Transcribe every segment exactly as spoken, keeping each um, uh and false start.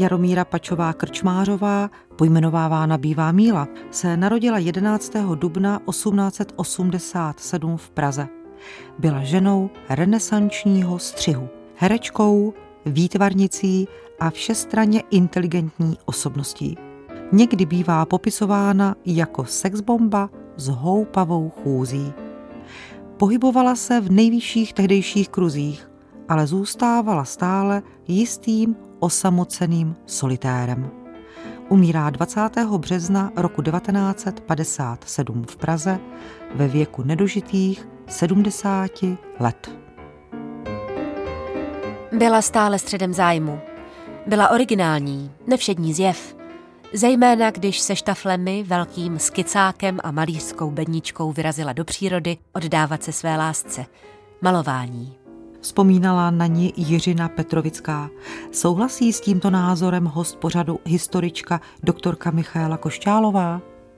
Jaromíra Pačová Krčmářová, pojmenovávána Bývá Míla, se narodila jedenáctého dubna osmnáct set osmdesát sedm v Praze. Byla ženou renesančního střihu, herečkou, výtvarnicí a všestranně inteligentní osobností. Někdy bývá popisována jako sexbomba s houpavou chůzí. Pohybovala se v nejvyšších tehdejších kruzích, ale zůstávala stále jistým osamoceným solitérem. Umírá dvacátého března roku devatenáct set padesát sedm v Praze ve věku nedožitých sedmdesáti let. Byla stále středem zájmu. Byla originální, nevšední zjev. Zejména když se štaflemi, velkým skicákem a malířskou bedničkou vyrazila do přírody oddávat se své lásce, malování. Vzpomínala na ní Jiřina Petrovická. Souhlasí s tímto názorem host pořadu historička doktorka Michaela Košťálová?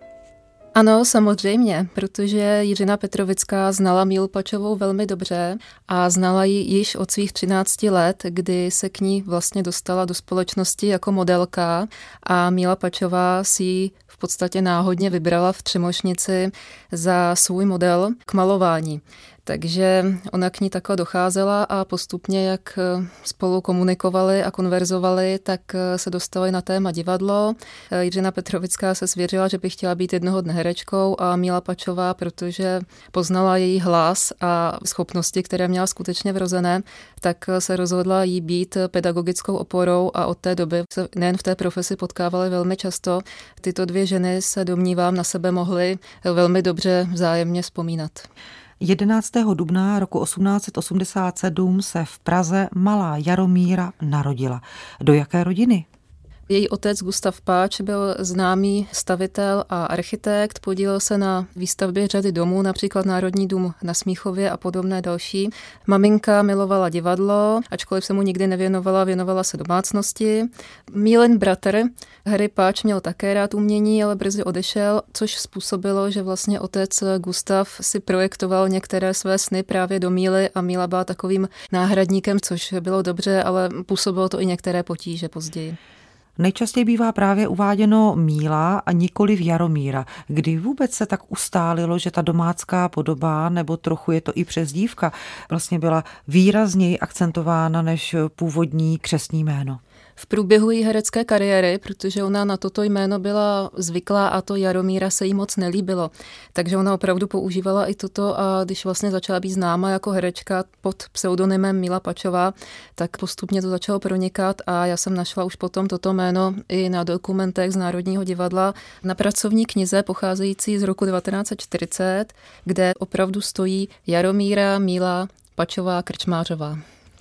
Ano, samozřejmě, protože Jiřina Petrovická znala Mílu Pačovou velmi dobře a znala ji již od svých třinácti let, kdy se k ní vlastně dostala do společnosti jako modelka a Míla Pačová si ji v podstatě náhodně vybrala v Třemošnici za svůj model k malování. Takže ona k ní takhle docházela a postupně, jak spolu komunikovali a konverzovali, tak se dostali na téma divadlo. Jiřina Petrovická se svěřila, že by chtěla být jednoho dne herečkou a Míla Pačová, protože poznala její hlas a schopnosti, které měla skutečně vrozené, tak se rozhodla jí být pedagogickou oporou a od té doby se nejen v té profesi potkávaly velmi často. Tyto dvě ženy se domnívám na sebe mohly velmi dobře vzájemně vzpomínat. jedenáctého dubna roku osmnáct set osmdesát sedm se v Praze malá Jaromíra narodila. Do jaké rodiny? Její otec Gustav Páč byl známý stavitel a architekt, podílel se na výstavbě řady domů, například Národní dům na Smíchově a podobné další. Maminka milovala divadlo, ačkoliv se mu nikdy nevěnovala, věnovala se domácnosti. Mílin bratr Harry Páč měl také rád umění, ale brzy odešel, což způsobilo, že vlastně otec Gustav si projektoval některé své sny právě do Míly a Míla byla takovým náhradníkem, což bylo dobře, ale působilo to i některé potíže později. Nejčastěji bývá právě uváděno Míla a nikoliv Jaromíra. Kdy vůbec se tak ustálilo, že ta domácká podoba, nebo trochu je to i přezdívka, vlastně byla výrazněji akcentována než původní křestní jméno? V průběhu její herecké kariéry, protože ona na toto jméno byla zvyklá a to Jaromíra se jí moc nelíbilo. Takže ona opravdu používala i toto a když vlastně začala být známa jako herečka pod pseudonymem Míla Pačová, tak postupně to začalo pronikat a já jsem našla už potom toto jméno i na dokumentech z Národního divadla na pracovní knize pocházející z roku devatenáct set čtyřicet, kde opravdu stojí Jaromíra Míla Pačová Krčmářová.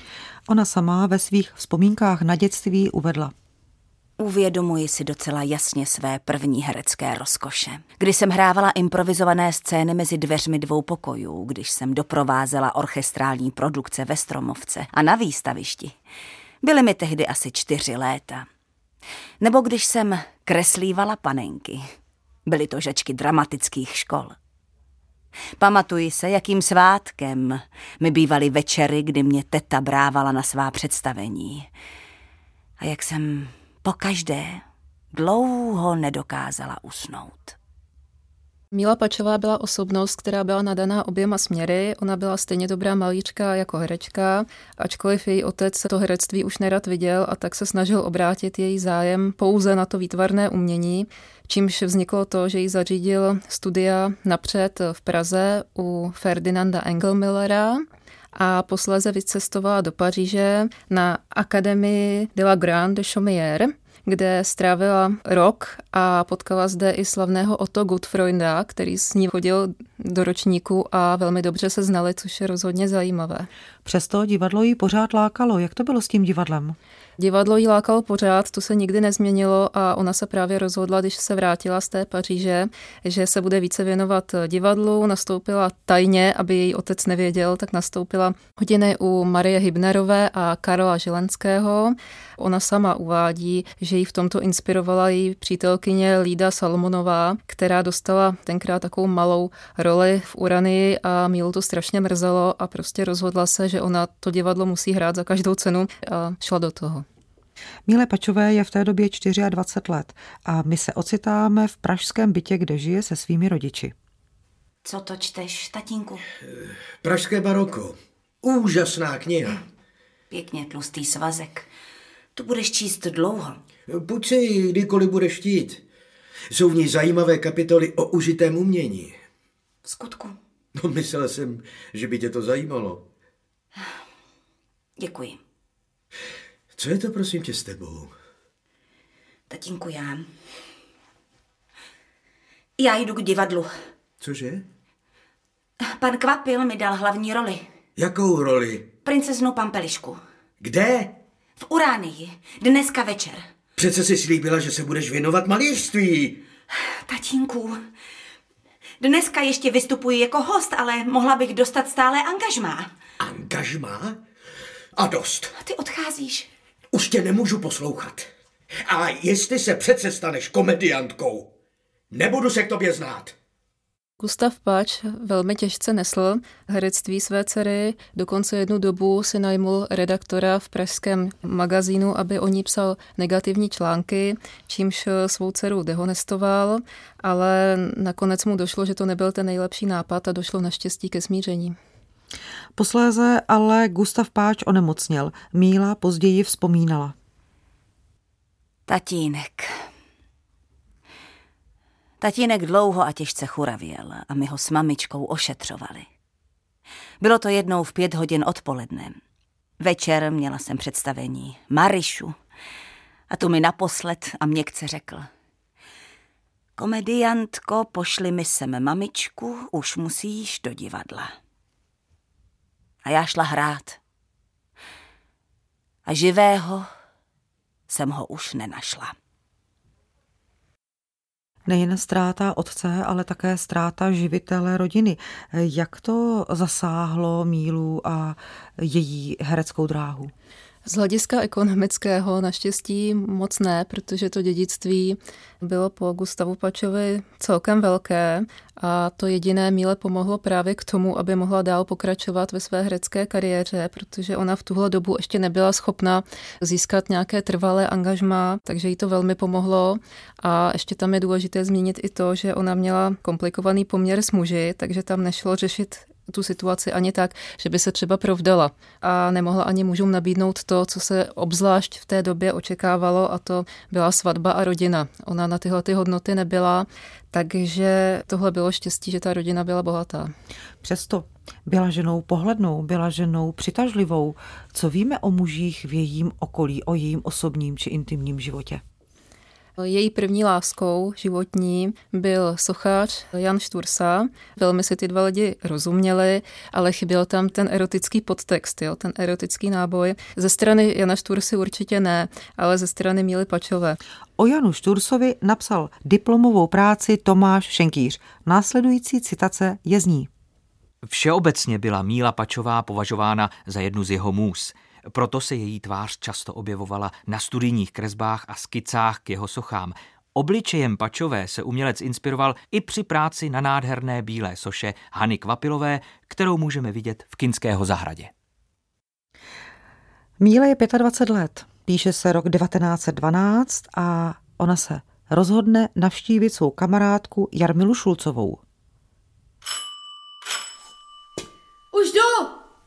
Ona sama ve svých vzpomínkách na dětství uvedla: Uvědomuji si docela jasně své první herecké rozkoše, kdy jsem hrávala improvizované scény mezi dveřmi dvou pokojů, když jsem doprovázela orchestrální produkce ve Stromovce a na výstavišti. Byly mi tehdy asi čtyři léta. Nebo když jsem kreslívala panenky. Byly to žačky dramatických škol. Pamatuji se, jakým svátkem mi bývaly večery, kdy mě teta brávala na svá představení. A jak jsem pokaždé dlouho nedokázala usnout. Míla Pačová byla osobnost, která byla nadaná oběma směry. Ona byla stejně dobrá malířka jako herečka, ačkoliv její otec to herectví už nerad viděl a tak se snažil obrátit její zájem pouze na to výtvarné umění, čímž vzniklo to, že jí zařídil studia napřed v Praze u Ferdinanda Engelmillera a posléze vycestovala do Paříže na Académie de la Grande Chaumière, kde strávila rok a potkala zde i slavného Otto Gutfreunda, který s ní chodil do ročníku a velmi dobře se znali, což je rozhodně zajímavé. Přesto divadlo jí pořád lákalo. Jak to bylo s tím divadlem? Divadlo jí lákalo pořád, to se nikdy nezměnilo a ona se právě rozhodla, když se vrátila z té Paříže, že se bude více věnovat divadlu, nastoupila tajně, aby její otec nevěděl, tak nastoupila hodiny u Marie Hybnerové a Karola Žilenského. Ona sama uvádí, že jí v tomto inspirovala její přítelkyně Lída Salmonová, která dostala tenkrát takovou malou roli v Uranii a Mílu to strašně mrzelo a prostě rozhodla se, že ona to divadlo musí hrát za každou cenu a šla do toho. Míle Pačové je v té době dvacet čtyři let a my se ocitáme v pražském bytě, kde žije se svými rodiči. Co to čteš, tatínku? Pražské baroko. Úžasná kniha. Pěkně tlustý svazek. Tu budeš číst dlouho. Půjď si ji kdykoliv budeš chtít. Jsou v ní zajímavé kapitoly o užitém umění. V skutku. No, myslel jsem, že by tě to zajímalo. Děkuji. Co je to, prosím tě, s tebou? Tatínku, já... Já jdu k divadlu. Cože? Pan Kvapil mi dal hlavní roli. Jakou roli? Princeznu Pampelišku. Kde? V Uránii. Dneska večer. Přece jsi slíbila, že se budeš věnovat malířství. Tatínku, dneska ještě vystupuji jako host, ale mohla bych dostat stále angažmá. Angažmá? A dost. A ty odcházíš. Už tě nemůžu poslouchat. A jestli se přece staneš komediantkou, nebudu se k tobě znát. Gustav Pač velmi těžce nesl herectví své dcery, dokonce jednu dobu si najmul redaktora v pražském magazínu, aby o ní psal negativní články, čímž svou dceru dehonestoval, ale nakonec mu došlo, že to nebyl ten nejlepší nápad a došlo naštěstí ke smíření. Posléze ale Gustav Páč onemocněl. Míla později vzpomínala. Tatínek. Tatínek dlouho a těžce churavěl a my ho s mamičkou ošetřovali. Bylo to jednou v pět hodin odpoledne. Večer měla jsem představení Marišu a tu mi naposled a měkce řekl: komediantko, pošli mi sem mamičku, už musíš do divadla. A já šla hrát. A živého jsem ho už nenašla. Nejen ztráta otce, ale také ztráta živitele rodiny. Jak to zasáhlo Mílu a její hereckou dráhu? Z hlediska ekonomického naštěstí moc ne, protože to dědictví bylo po Gustavu Pačovi celkem velké a to jediné Míle pomohlo právě k tomu, aby mohla dál pokračovat ve své herecké kariéře, protože ona v tuhle dobu ještě nebyla schopna získat nějaké trvalé angažmá, takže jí to velmi pomohlo. A ještě tam je důležité zmínit i to, že ona měla komplikovaný poměr s muži, takže tam nešlo řešit tu situaci ani tak, že by se třeba provdala a nemohla ani mužům nabídnout to, co se obzvlášť v té době očekávalo, a to byla svatba a rodina. Ona na tyhle ty hodnoty nebyla, takže tohle bylo štěstí, že ta rodina byla bohatá. Přesto byla ženou pohlednou, byla ženou přitažlivou. Co víme o mužích v jejím okolí, o jejím osobním či intimním životě? Její první láskou životní byl sochař Jan Štursa. Velmi si ty dva lidi rozuměli, ale chyběl tam ten erotický podtext, jo, ten erotický náboj. Ze strany Jana Štursy určitě ne, ale ze strany Míly Pačové. O Janu Štursovi napsal diplomovou práci Tomáš Šenkýř. Následující citace je z ní. Všeobecně byla Míla Pačová považována za jednu z jeho můz. Proto se její tvář často objevovala na studijních kresbách a skicách k jeho sochám. Obličejem Pačové se umělec inspiroval i při práci na nádherné bílé soše Hany Kvapilové, kterou můžeme vidět v Kinského zahradě. Míle je dvacet pět let, píše se rok devatenáct set dvanáct a ona se rozhodne navštívit svou kamarádku Jarmilu Šulcovou. Už jdu!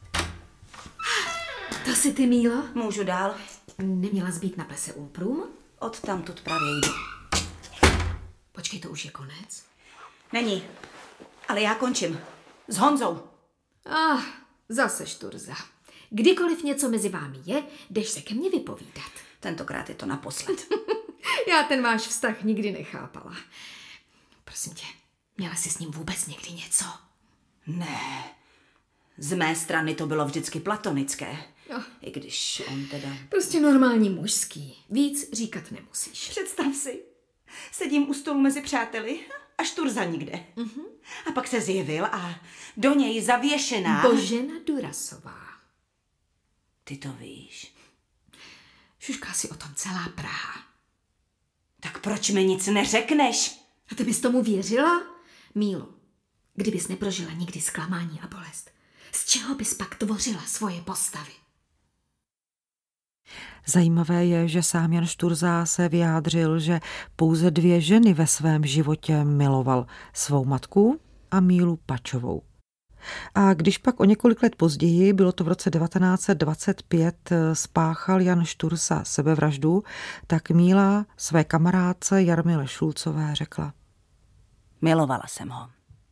To jsi ty, Mílo? Můžu dál? Neměla jsi být na plese Umprum? Od tamtud právě jdu. Počkej, to už je konec? Není, ale já končím. S Honzou. Ah, zase Šturza. Kdykoliv něco mezi vámi je, jdeš se ke mně vypovídat. Tentokrát je to naposled. Já ten váš vztah nikdy nechápala. Prosím tě, měla jsi s ním vůbec někdy něco? Ne, z mé strany to bylo vždycky platonické. Jo. I když on teda... Prostě normální mužský. Víc říkat nemusíš. Představ si, sedím u stolu mezi přáteli a Šturza nikde. Mm-hmm. A pak se zjevil a do něj zavěšená... Božena Durasová. Ty to víš. Šušká si o tom celá Praha. Tak proč mi nic neřekneš? A ty bys tomu věřila? Mílo, kdybys neprožila nikdy zklamání a bolest, z čeho bys pak tvořila svoje postavy? Zajímavé je, že sám Jan Šturza se vyjádřil, že pouze dvě ženy ve svém životě miloval, svou matku a Mílu Pačovou. A když pak o několik let později, bylo to v roce devatenáct set dvacet pět, spáchal Jan Šturza sebevraždu, tak Míla své kamarádce Jarmile Šulcové řekla: Milovala jsem ho.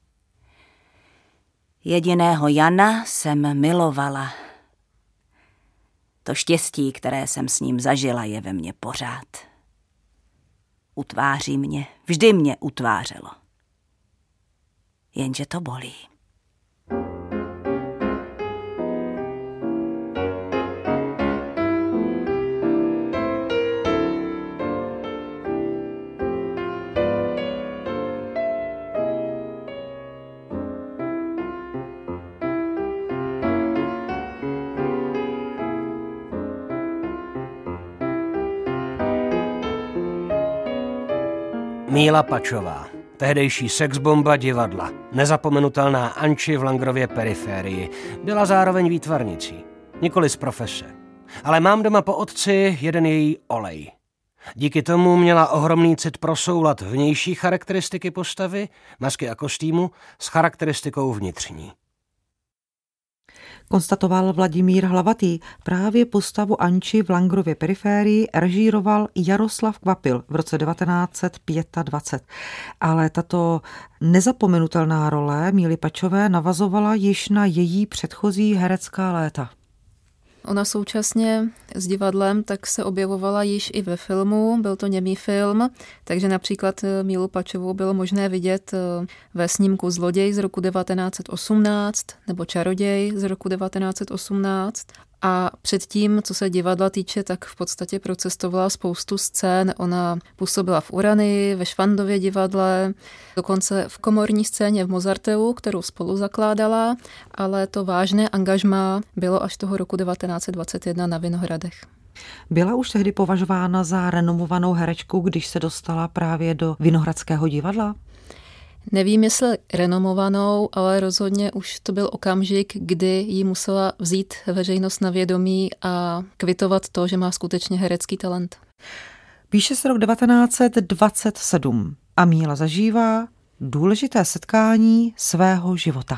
Jediného Jana jsem milovala. To štěstí, které jsem s ním zažila, je ve mně pořád. Utváří mě, vždy mě utvářelo. Jenže to bolí. Míla Pačová, tehdejší sexbomba divadla, nezapomenutelná Anči v Langrově periférii, byla zároveň výtvarnicí, nikoli z profese. Ale mám doma po otci jeden její olej. Díky tomu měla ohromný cit pro soulad vnější charakteristiky postavy, masky a kostýmu s charakteristikou vnitřní. Konstatoval Vladimír Hlavatý. Právě postavu Anči v Langrově periférii režíroval Jaroslav Kvapil v roce devatenáct set dvacet pět. Ale tato nezapomenutelná role Míly Pačové navazovala již na její předchozí herecká léta. Ona současně s divadlem tak se objevovala již i ve filmu, byl to němý film, takže například Mílu Pačovou bylo možné vidět ve snímku Zloděj z roku devatenáct set osmnáct nebo Čaroděj z roku devatenáct set osmnáct. A předtím, co se divadla týče, tak v podstatě procestovala spoustu scén. Ona působila v Uranii, ve Švandově divadle, dokonce v komorní scéně v Mozarteu, kterou spolu zakládala, ale to vážné angažmá bylo až toho roku devatenáct set dvacet jedna na Vinohradech. Byla už tehdy považována za renomovanou herečku, když se dostala právě do Vinohradského divadla? Nevím, jestli renomovanou, ale rozhodně už to byl okamžik, kdy jí musela vzít veřejnost na vědomí a kvitovat to, že má skutečně herecký talent. Píše se rok devatenáct set dvacet sedm a Míla zažívá důležité setkání svého života.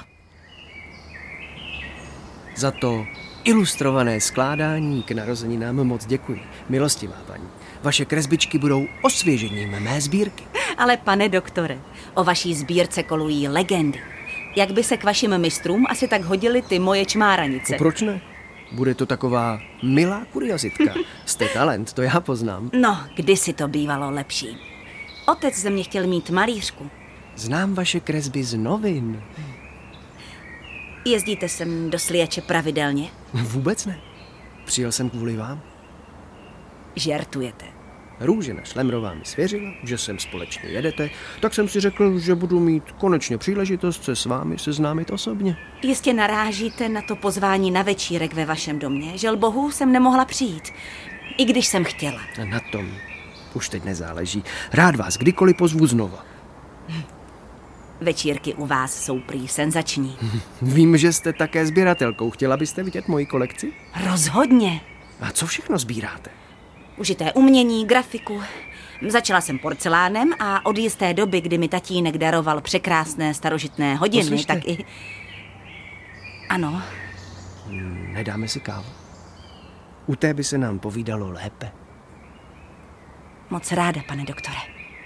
Za to ilustrované skládání k narozeninám moc děkuji. Milostivá paní, vaše kresbičky budou osvěžením mé sbírky. Ale pane doktore, o vaší sbírce kolují legendy. Jak by se k vašim mistrům asi tak hodily ty moje čmáranice. A proč ne? Bude to taková milá kuriozitka. Jste talent, to já poznám. No, kdysi to bývalo lepší. Otec ze mě chtěl mít malířku. Znám vaše kresby z novin. Jezdíte sem do Sliače pravidelně? Vůbec ne. Přijel jsem kvůli vám. Žertujete. Růžena Šlemrová mi svěřila, že sem společně jedete, tak jsem si řekl, že budu mít konečně příležitost se s vámi seznámit osobně. Jistě narážíte na to pozvání na večírek ve vašem domě. Žel bohu jsem nemohla přijít, i když jsem chtěla. A na tom už teď nezáleží. Rád vás kdykoliv pozvu znova. Večírky u vás jsou prý senzační. Vím, že jste také sběratelkou. Chtěla byste vidět moji kolekci? Rozhodně. A co všechno sbíráte? Užité umění, grafiku. Začala jsem porcelánem a od jisté doby, kdy mi tatínek daroval překrásné starožitné hodiny, Poslyšte. tak i... Ano. Nedáme si kávu? U té by se nám povídalo lépe. Moc ráda, pane doktore.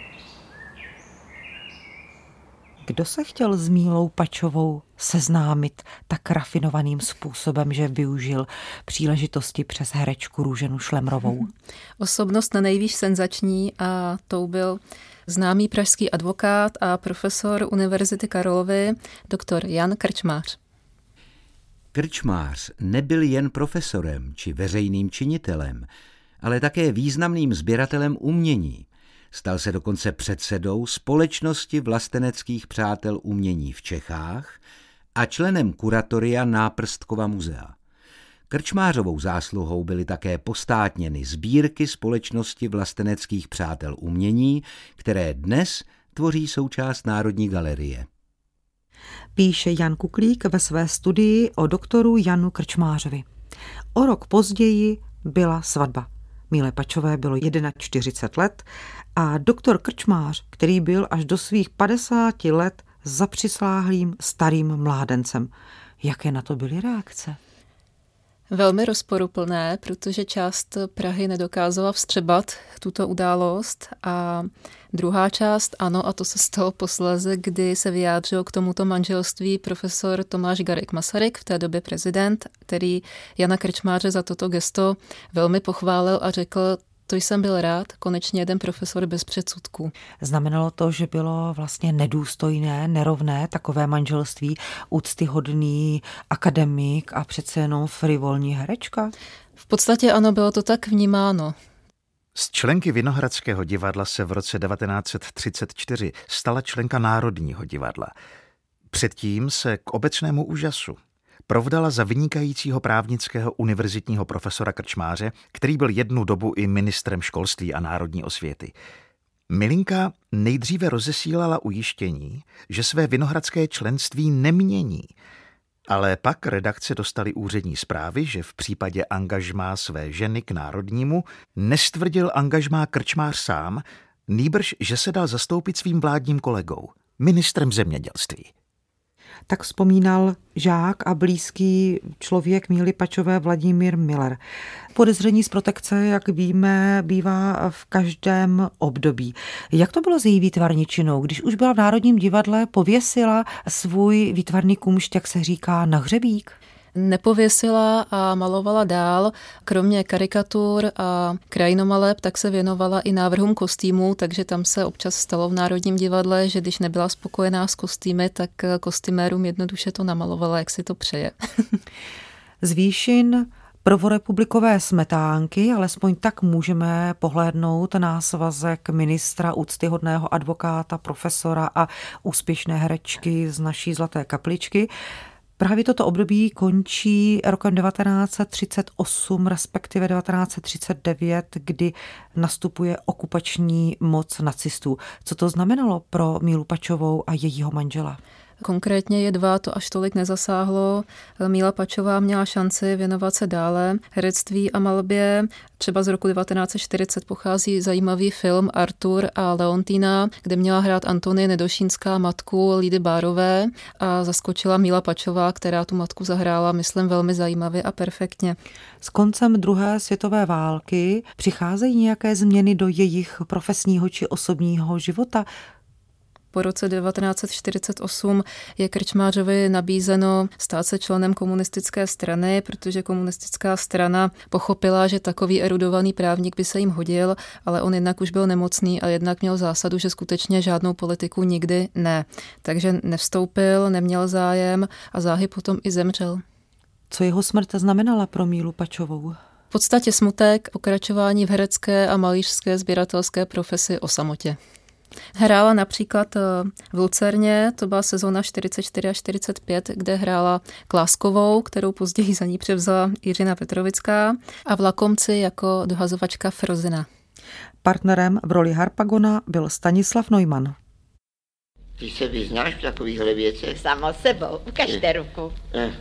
Kdo se chtěl s Mílou Pačovou seznámit tak rafinovaným způsobem, že využil příležitosti přes herečku Růženu Šlemrovou? Osobnost na nejvýš senzační a tou byl známý pražský advokát a profesor Univerzity Karlovy, doktor Jan Krčmář. Krčmář nebyl jen profesorem či veřejným činitelem, ale také významným sběratelem umění. Stal se dokonce předsedou Společnosti vlasteneckých přátel umění v Čechách a členem kuratoria Náprstkova muzea. Krčmářovou zásluhou byly také postátněny sbírky Společnosti vlasteneckých přátel umění, které dnes tvoří součást Národní galerie. Píše Jan Kuklík ve své studii o doktoru Janu Krčmářovi. O rok později byla svatba. Míle Pačové bylo čtyřicet jedna let a doktor Krčmář, který byl až do svých padesáti let zapřisláhlým starým mládencem. Jaké na to byly reakce? Velmi rozporuplné, protože část Prahy nedokázala vstřebat tuto událost a druhá část ano, a to se stalo posléze, kdy se vyjádřil k tomuto manželství profesor Tomáš Garrigue Masaryk, v té době prezident, který Jana Krčmáře za toto gesto velmi pochválil a řekl: to jsem byl rád, konečně jeden profesor bez předsudků. Znamenalo to, že bylo vlastně nedůstojné, nerovné takové manželství, úctyhodný akademik a přece jenom frivolní herečka? V podstatě ano, bylo to tak vnímáno. Z členky Vinohradského divadla se v roce devatenáct set třicet čtyři stala členka Národního divadla. Předtím se k obecnému úžasu provdala za vynikajícího právnického univerzitního profesora Krčmáře, který byl jednu dobu i ministrem školství a národní osvěty. Milinka nejdříve rozesílala ujištění, že své vinohradské členství nemění, ale pak redakce dostali úřední zprávy, že v případě angažmá své ženy k národnímu nestvrdil angažmá Krčmář sám, nýbrž, že se dal zastoupit svým vládním kolegou, ministrem zemědělství. Tak vzpomínal žák a blízký člověk Míly Pačové Vladimír Miller. Podezření z protekce, jak víme, bývá v každém období. Jak to bylo s její výtvarničinou? Když už byla v Národním divadle, pověsila svůj výtvarný kumšt, jak se říká, na hřebík? Nepověsila a malovala dál. Kromě karikatur a krajinomaleb, tak se věnovala i návrhům kostýmů, takže tam se občas stalo v Národním divadle, že když nebyla spokojená s kostýmy, tak kostymérům jednoduše to namalovala, jak si to přeje. Z výšin prvorepublikové smetánky, alespoň tak můžeme pohlédnout na svazek ministra, úctyhodného advokáta, profesora a úspěšné herečky z naší Zlaté kapličky. Právě toto období končí rokem devatenáct set třicet osm, respektive devatenáct set třicet devět, kdy nastupuje okupační moc nacistů. Co to znamenalo pro Mílu Pačovou a jejího manžela? Konkrétně je dva, to až tolik nezasáhlo. Míla Pačová měla šanci věnovat se dále herectví a malbě. Třeba z roku devatenáct set čtyřicet pochází zajímavý film Artur a Leontína, kde měla hrát Antonie Nedošínská matku Lídy Bárové a zaskočila Míla Pačová, která tu matku zahrála, myslím, velmi zajímavě a perfektně. S koncem druhé světové války přicházejí nějaké změny do jejich profesního či osobního života? Po roce devatenáct set čtyřicet osm je Krčmářovi nabízeno stát se členem komunistické strany, protože komunistická strana pochopila, že takový erudovaný právník by se jim hodil, ale on jednak už byl nemocný a jednak měl zásadu, že skutečně žádnou politiku nikdy ne. Takže nevstoupil, neměl zájem a záhy potom i zemřel. Co jeho smrt znamenala pro Mílu Pačovou? V podstatě smutek, pokračování v herecké a malířské sběratelské profesi o samotě. Hrála například v Lucerně, to byla sezóna čtyřicet čtyři a čtyřicet pět, kde hrála Kláskovou, kterou později za ní převzala Jiřina Petrovická, a v Lakomci jako dohazovačka Frozina. Partnerem v roli Harpagona byl Stanislav Neumann. Ty se vyznáš v takovýchhle věcech? Samo sebou, ukažte ruku. Eh.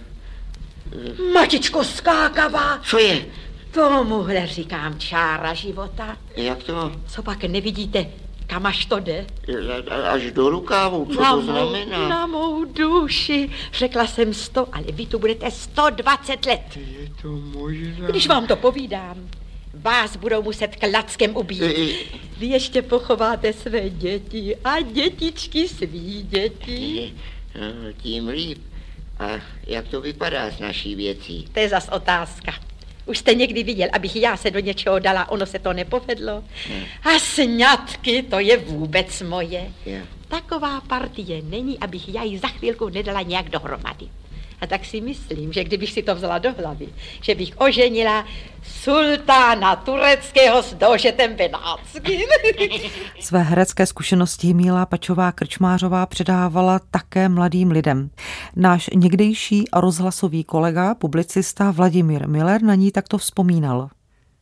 Matičko skákavá! Co je? Tomuhle říkám čára života. Jak to? Co pak nevidíte? Kam až to jde? Až do rukávu, co na to mou, znamená? Na mou duši. Řekla jsem sto, ale vy tu budete sto dvacet let. Je to možná. Když vám to povídám, vás budou muset klackem ubít. Vy ještě pochováte své děti a dětičky svý děti. No, tím líp. A jak to vypadá s naší věcí? To je zas otázka. Už jste někdy viděl, abych já se do něčeho dala, ono se to nepovedlo? Ne. A sňatky, to je vůbec moje. Je. Taková partie není, abych já ji za chvílku nedala nějak dohromady. A tak si myslím, že kdybych si to vzala do hlavy, že bych oženila sultána tureckého s dožetem benátským. Své herecké zkušenosti Míla Pačová Krčmářová předávala také mladým lidem. Náš někdejší rozhlasový kolega, publicista Vladimír Miller na ní takto vzpomínal.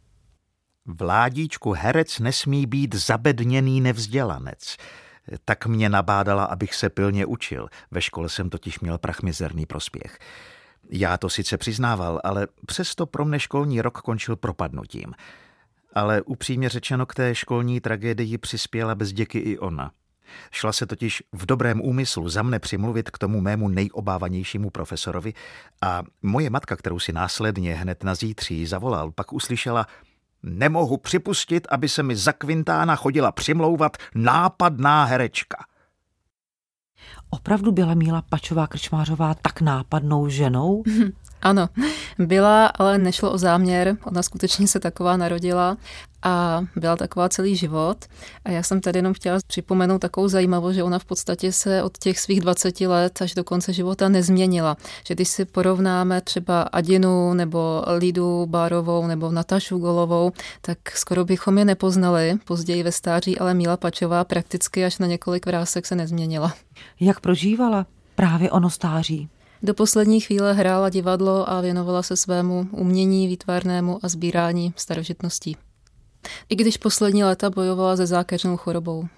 Vládíčku, herec nesmí být zabedněný nevzdělanec. Tak mě nabádala, abych se pilně učil. Ve škole jsem totiž měl prachmizerný prospěch. Já to sice přiznával, ale přesto pro mne školní rok končil propadnutím. Ale upřímně řečeno, k té školní tragédii přispěla bezděky i ona. Šla se totiž v dobrém úmyslu za mne přimluvit k tomu mému nejobávanějšímu profesorovi a moje matka, kterou si následně hned na zítří zavolal, pak uslyšela: nemohu připustit, aby se mi za Quintána chodila přimlouvat nápadná herečka. Opravdu byla Míla Pačová Krčmářová tak nápadnou ženou? Ano, byla, ale nešlo o záměr. Ona skutečně se taková narodila a byla taková celý život. A já jsem tady jenom chtěla připomenout takovou zajímavost, že ona v podstatě se od těch svých dvaceti let až do konce života nezměnila. Že když si porovnáme třeba Adinu nebo Lidu Bárovou nebo Natašu Golovou, tak skoro bychom je nepoznali později ve stáří, ale Míla Pačová prakticky až na několik vrásek se nezměnila. Jak prožívala právě ono stáří? Do poslední chvíle hrála divadlo a věnovala se svému umění výtvarnému a sbírání starožitností. I když poslední léta bojovala se zákeřnou chorobou.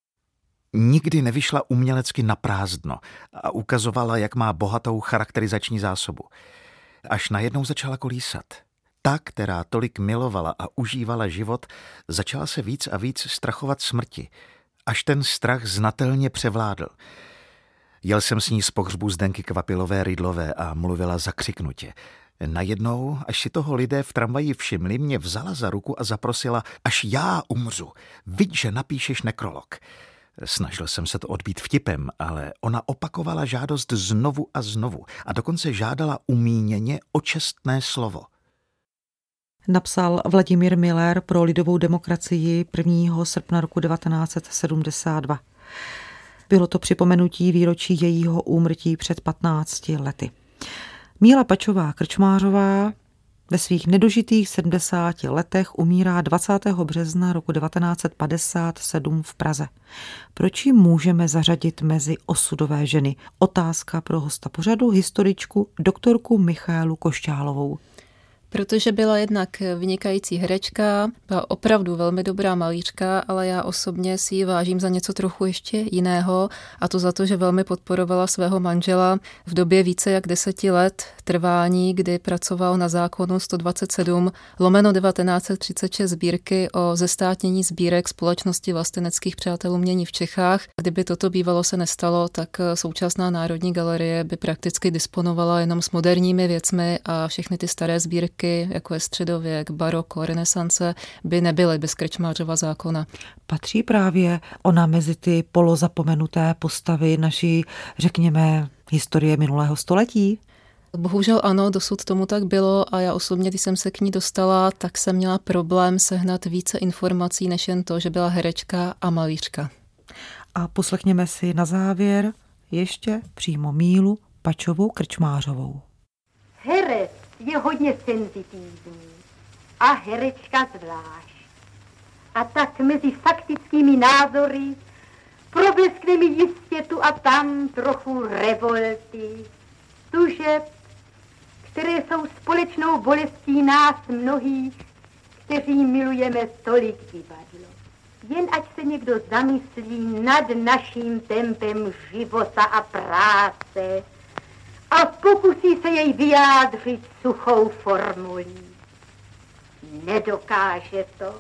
Nikdy nevyšla umělecky na prázdno a ukazovala, jak má bohatou charakterizační zásobu. Až najednou začala kolísat. Ta, která tolik milovala a užívala život, začala se víc a víc strachovat smrti, až ten strach znatelně převládl. Jel jsem s ní z pohřbu Zdenky Kvapilové-Rydlové a mluvila zakřiknutě. Najednou, až si toho lidé v tramvaji všimli, mě vzala za ruku a zaprosila: až já umřu, viď, že napíšeš nekrolog. Snažil jsem se to odbít vtipem, ale ona opakovala žádost znovu a znovu a dokonce žádala umíněně o čestné slovo. Napsal Vladimír Miller pro Lidovou demokracii prvního srpna roku devatenáct set sedmdesát dva. Bylo to připomenutí výročí jejího úmrtí před patnácti lety. Míla Pačová Krčmářová ve svých nedožitých sedmdesáti letech umírá dvacátého března roku devatenáct set padesát sedm v Praze. Proč ji můžeme zařadit mezi osudové ženy? Otázka pro hosta pořadu, historičku doktorku Michaelu Košťálovou. Protože byla jednak vynikající herečka, byla opravdu velmi dobrá malířka, ale já osobně si ji vážím za něco trochu ještě jiného, a to za to, že velmi podporovala svého manžela v době více jak deseti let trvání, kdy pracoval na zákonu sto dvacet sedm lomeno devatenáct set třicet šest sbírky o zestátnění sbírek Společnosti vlasteneckých přátel umění v Čechách. Kdyby toto bývalo se nestalo, tak současná Národní galerie by prakticky disponovala jenom s moderními věcmi a všechny ty staré sbírky, jako je středověk, baroko, renesance, by nebyly bez Krčmářova zákona. Patří právě ona mezi ty polozapomenuté postavy naší, řekněme, historie minulého století? Bohužel ano, dosud tomu tak bylo a já osobně, když jsem se k ní dostala, tak jsem měla problém sehnat více informací, než jen to, že byla herečka a malířka. A poslechněme si na závěr ještě přímo Mílu Pačovou Krčmářovou. Herec je hodně senzitivní a herečka zvlášť. A tak mezi faktickými názory probleskne mi jistě tu a tam trochu revolty, tužeb, které jsou společnou bolestí nás mnohých, kteří milujeme tolik divadlo. Jen ať se někdo zamyslí nad naším tempem života a práce a pokusí se jej vyjádřit suchou formulí. Nedokáže to.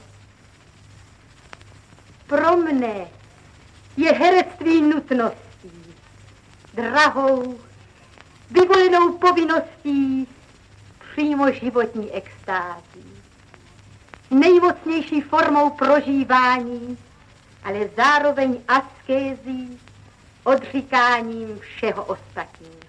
Pro mne je herectví nutností, drahou, vyvolenou povinností, přímo životní extází. Nejmocnější formou prožívání, ale zároveň askézí, odříkáním všeho ostatního.